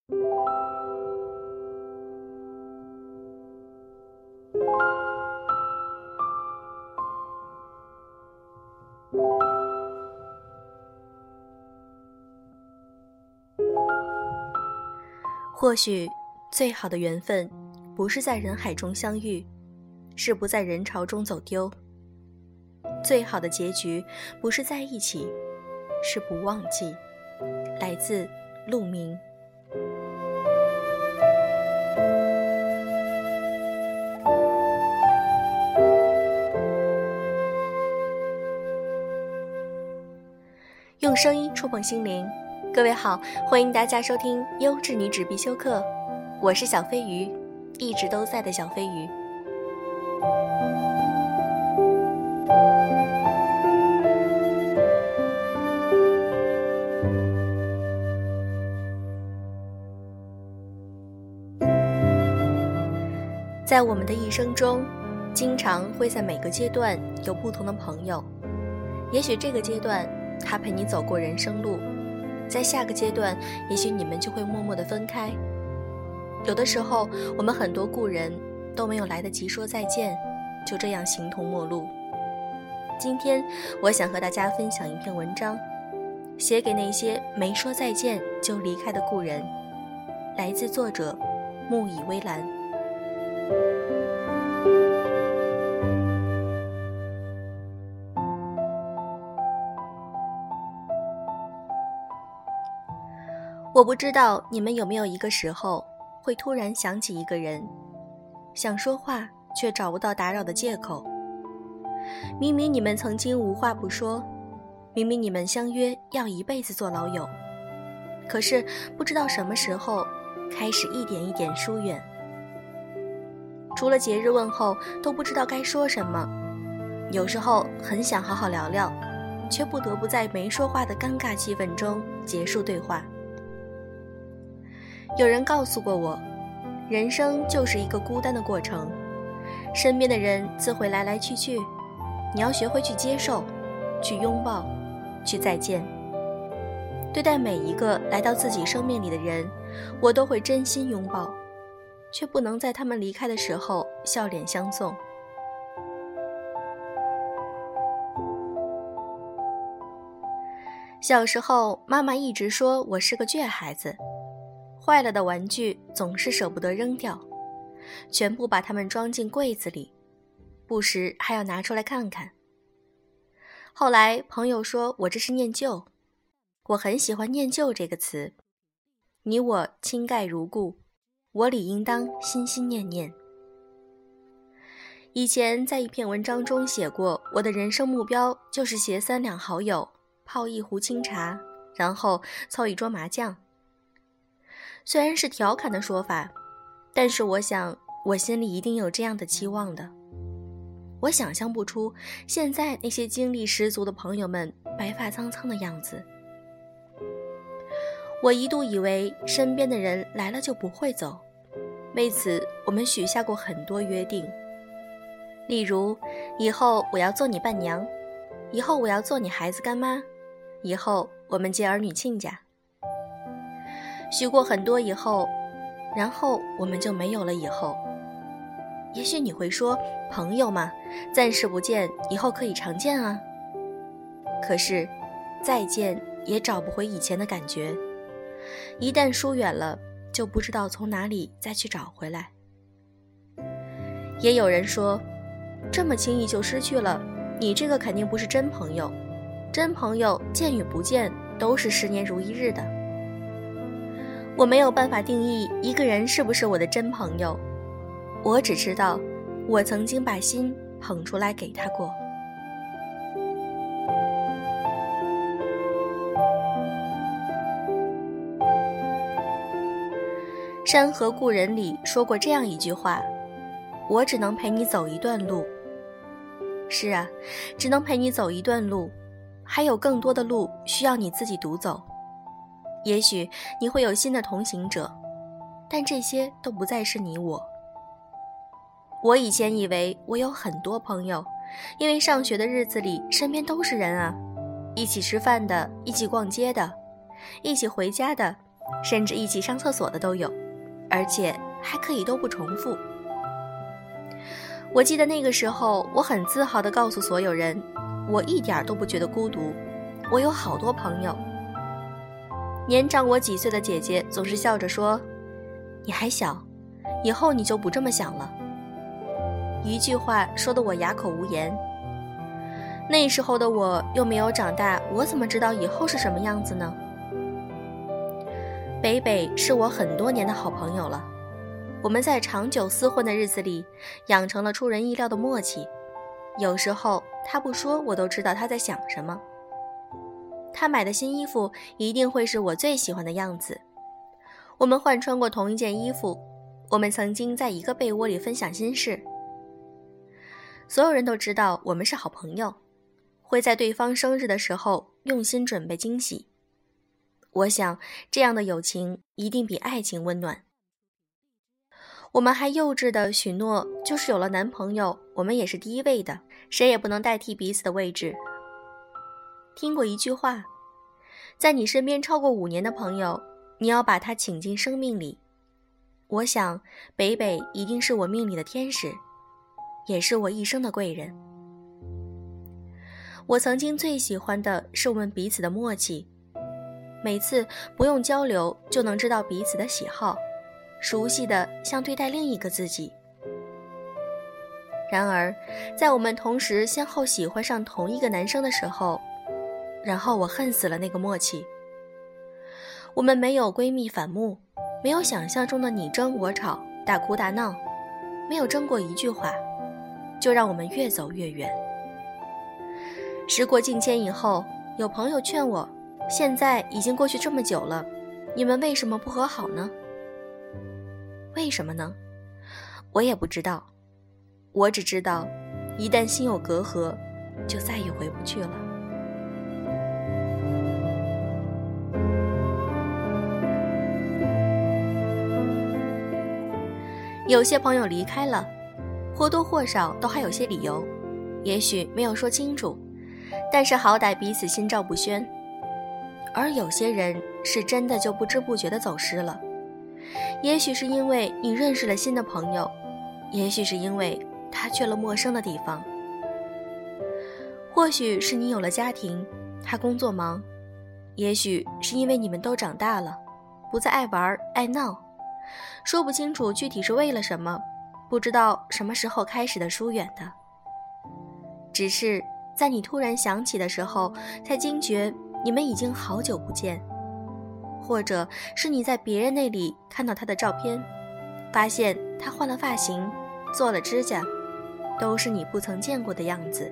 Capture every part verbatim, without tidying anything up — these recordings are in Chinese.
或许最好的缘分不是在人海中相遇，是不在人潮中走丢。最好的结局不是在一起，是不忘记。来自陆明。用声音触碰心灵，各位好，欢迎大家收听优质女纸必修课，我是小飞鱼，一直都在的小飞鱼。在我们的一生中，经常会在每个阶段有不同的朋友，也许这个阶段他陪你走过人生路，在下个阶段也许你们就会默默地分开。有的时候我们很多故人都没有来得及说再见，就这样形同陌路。今天我想和大家分享一篇文章，写给那些没说再见就离开的故人，来自作者木已微澜。我不知道你们有没有一个时候会突然想起一个人，想说话却找不到打扰的借口。明明你们曾经无话不说，明明你们相约要一辈子做老友，可是不知道什么时候开始一点一点疏远。除了节日问候都不知道该说什么，有时候很想好好聊聊，却不得不在没说话的尴尬气氛中结束对话。有人告诉过我，人生就是一个孤单的过程，身边的人自会来来去去，你要学会去接受，去拥抱，去再见。对待每一个来到自己生命里的人，我都会真心拥抱，却不能在他们离开的时候笑脸相送。小时候，妈妈一直说我是个倔孩子，坏了的玩具总是舍不得扔掉，全部把它们装进柜子里，不时还要拿出来看看。后来朋友说我这是念旧，我很喜欢念旧这个词，你我亲盖如故，我理应当心心念念。以前在一篇文章中写过，我的人生目标就是携三两好友，泡一壶清茶，然后凑一桌麻将。虽然是调侃的说法，但是我想我心里一定有这样的期望的。我想象不出现在那些精力十足的朋友们白发苍苍的样子。我一度以为身边的人来了就不会走，为此我们许下过很多约定，例如以后我要做你伴娘，以后我要做你孩子干妈，以后我们结儿女亲家。许过很多以后，然后我们就没有了以后。也许你会说，朋友嘛，暂时不见，以后可以常见啊。可是再见也找不回以前的感觉，一旦疏远了，就不知道从哪里再去找回来。也有人说，这么轻易就失去了，你这个肯定不是真朋友，真朋友见与不见都是十年如一日的。我没有办法定义一个人是不是我的真朋友，我只知道我曾经把心捧出来给他过。《山河故人》里说过这样一句话，我只能陪你走一段路。是啊，只能陪你走一段路，还有更多的路需要你自己独走。也许你会有新的同行者，但这些都不再是你我。我以前以为我有很多朋友，因为上学的日子里身边都是人啊，一起吃饭的，一起逛街的，一起回家的， 甚至一起上厕所的都有，而且还可以都不重复。我记得那个时候，我很自豪地告诉所有人，我一点都不觉得孤独，我有好多朋友。年长我几岁的姐姐总是笑着说，你还小，以后你就不这么想了。一句话说得我哑口无言。那时候的我又没有长大，我怎么知道以后是什么样子呢？北北是我很多年的好朋友了，我们在长久厮混的日子里养成了出人意料的默契，有时候他不说我都知道他在想什么。他买的新衣服一定会是我最喜欢的样子，我们换穿过同一件衣服，我们曾经在一个被窝里分享心事。所有人都知道我们是好朋友，会在对方生日的时候用心准备惊喜。我想这样的友情一定比爱情温暖。我们还幼稚的许诺，就是有了男朋友，我们也是第一位的，谁也不能代替彼此的位置。听过一句话，在你身边超过五年的朋友，你要把他请进生命里。我想北北一定是我命里的天使，也是我一生的贵人。我曾经最喜欢的是我们彼此的默契，每次不用交流就能知道彼此的喜好，熟悉的像对待另一个自己。然而在我们同时先后喜欢上同一个男生的时候，然后我恨死了那个默契。我们没有闺蜜反目，没有想象中的你争我吵大哭大闹，没有争过一句话，就让我们越走越远。时过境迁以后，有朋友劝我，现在已经过去这么久了，你们为什么不和好呢？为什么呢？我也不知道，我只知道一旦心有隔阂，就再也回不去了。有些朋友离开了，或多或少都还有些理由，也许没有说清楚，但是好歹彼此心照不宣。而有些人是真的就不知不觉地走失了，也许是因为你认识了新的朋友，也许是因为他去了陌生的地方，或许是你有了家庭，他工作忙，也许是因为你们都长大了，不再爱玩爱闹，说不清楚具体是为了什么，不知道什么时候开始的疏远的。只是在你突然想起的时候，才惊觉你们已经好久不见，或者是你在别人那里看到他的照片，发现他换了发型，做了指甲，都是你不曾见过的样子。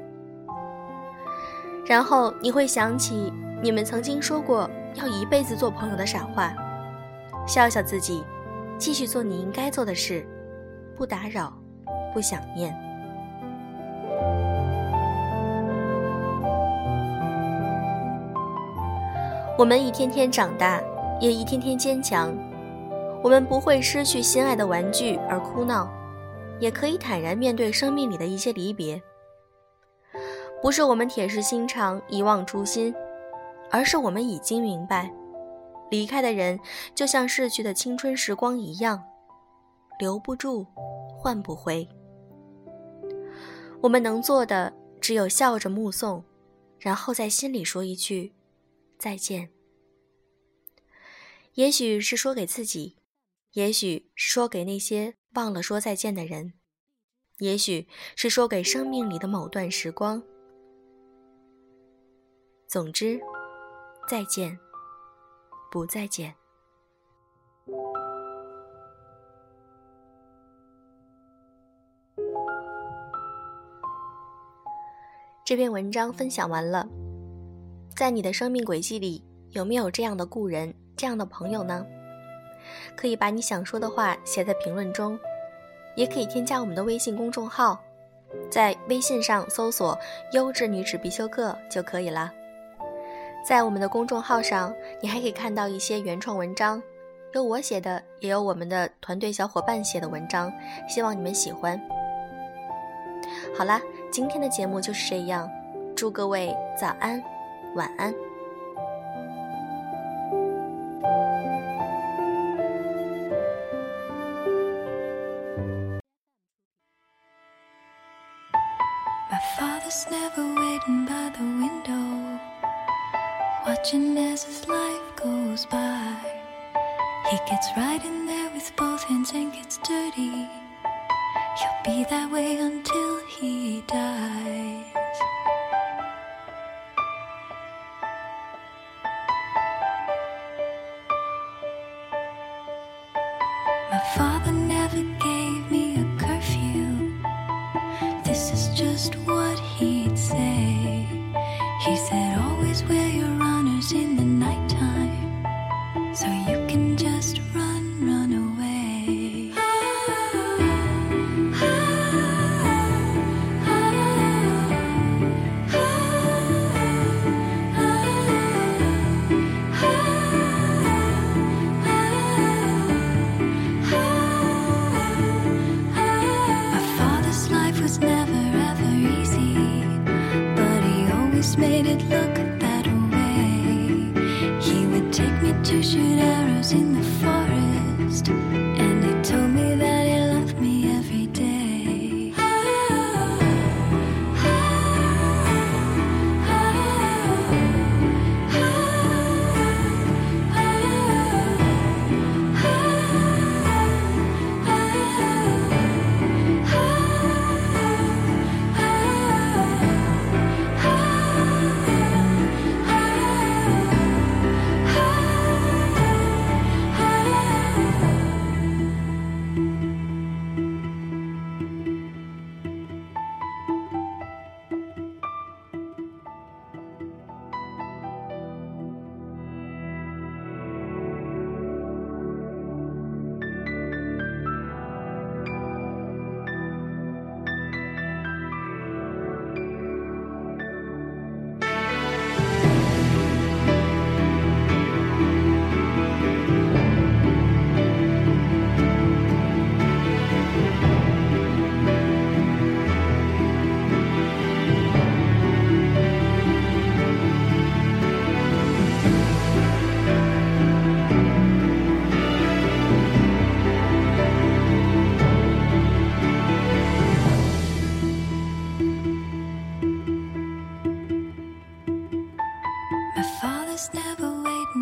然后你会想起你们曾经说过要一辈子做朋友的傻话，笑笑自己，继续做你应该做的事，不打扰，不想念。我们一天天长大，也一天天坚强。我们不会失去心爱的玩具而哭闹，也可以坦然面对生命里的一些离别。不是我们铁石心肠一忘初心，而是我们已经明白，离开的人就像逝去的青春时光一样，留不住，换不回。我们能做的只有笑着目送，然后在心里说一句再见。也许是说给自己，也许是说给那些忘了说再见的人，也许是说给生命里的某段时光。总之，再见，不再见。这篇文章分享完了，在你的生命轨迹里，有没有这样的故人，这样的朋友呢？可以把你想说的话写在评论中，也可以添加我们的微信公众号，在微信上搜索优质女子必修课就可以了。在我们的公众号上，你还可以看到一些原创文章，有我写的，也有我们的团队小伙伴写的文章，希望你们喜欢。好啦，今天的节目就是这样，祝各位早安，晚安。 father's never waiting by the window, watching as his life goes by. He gets right in there with both hands and gets dirty. He'll be that way until he dies. My father never gave me a curfew. This is just what he'd say. He said always wear your runners in the nighttime, so you can just run, run away. Made it look that way. He would take me to shoot arrows in the forest, and he told me that he loved me every day.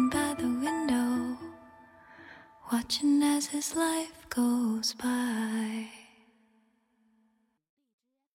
Watching as his life goes by.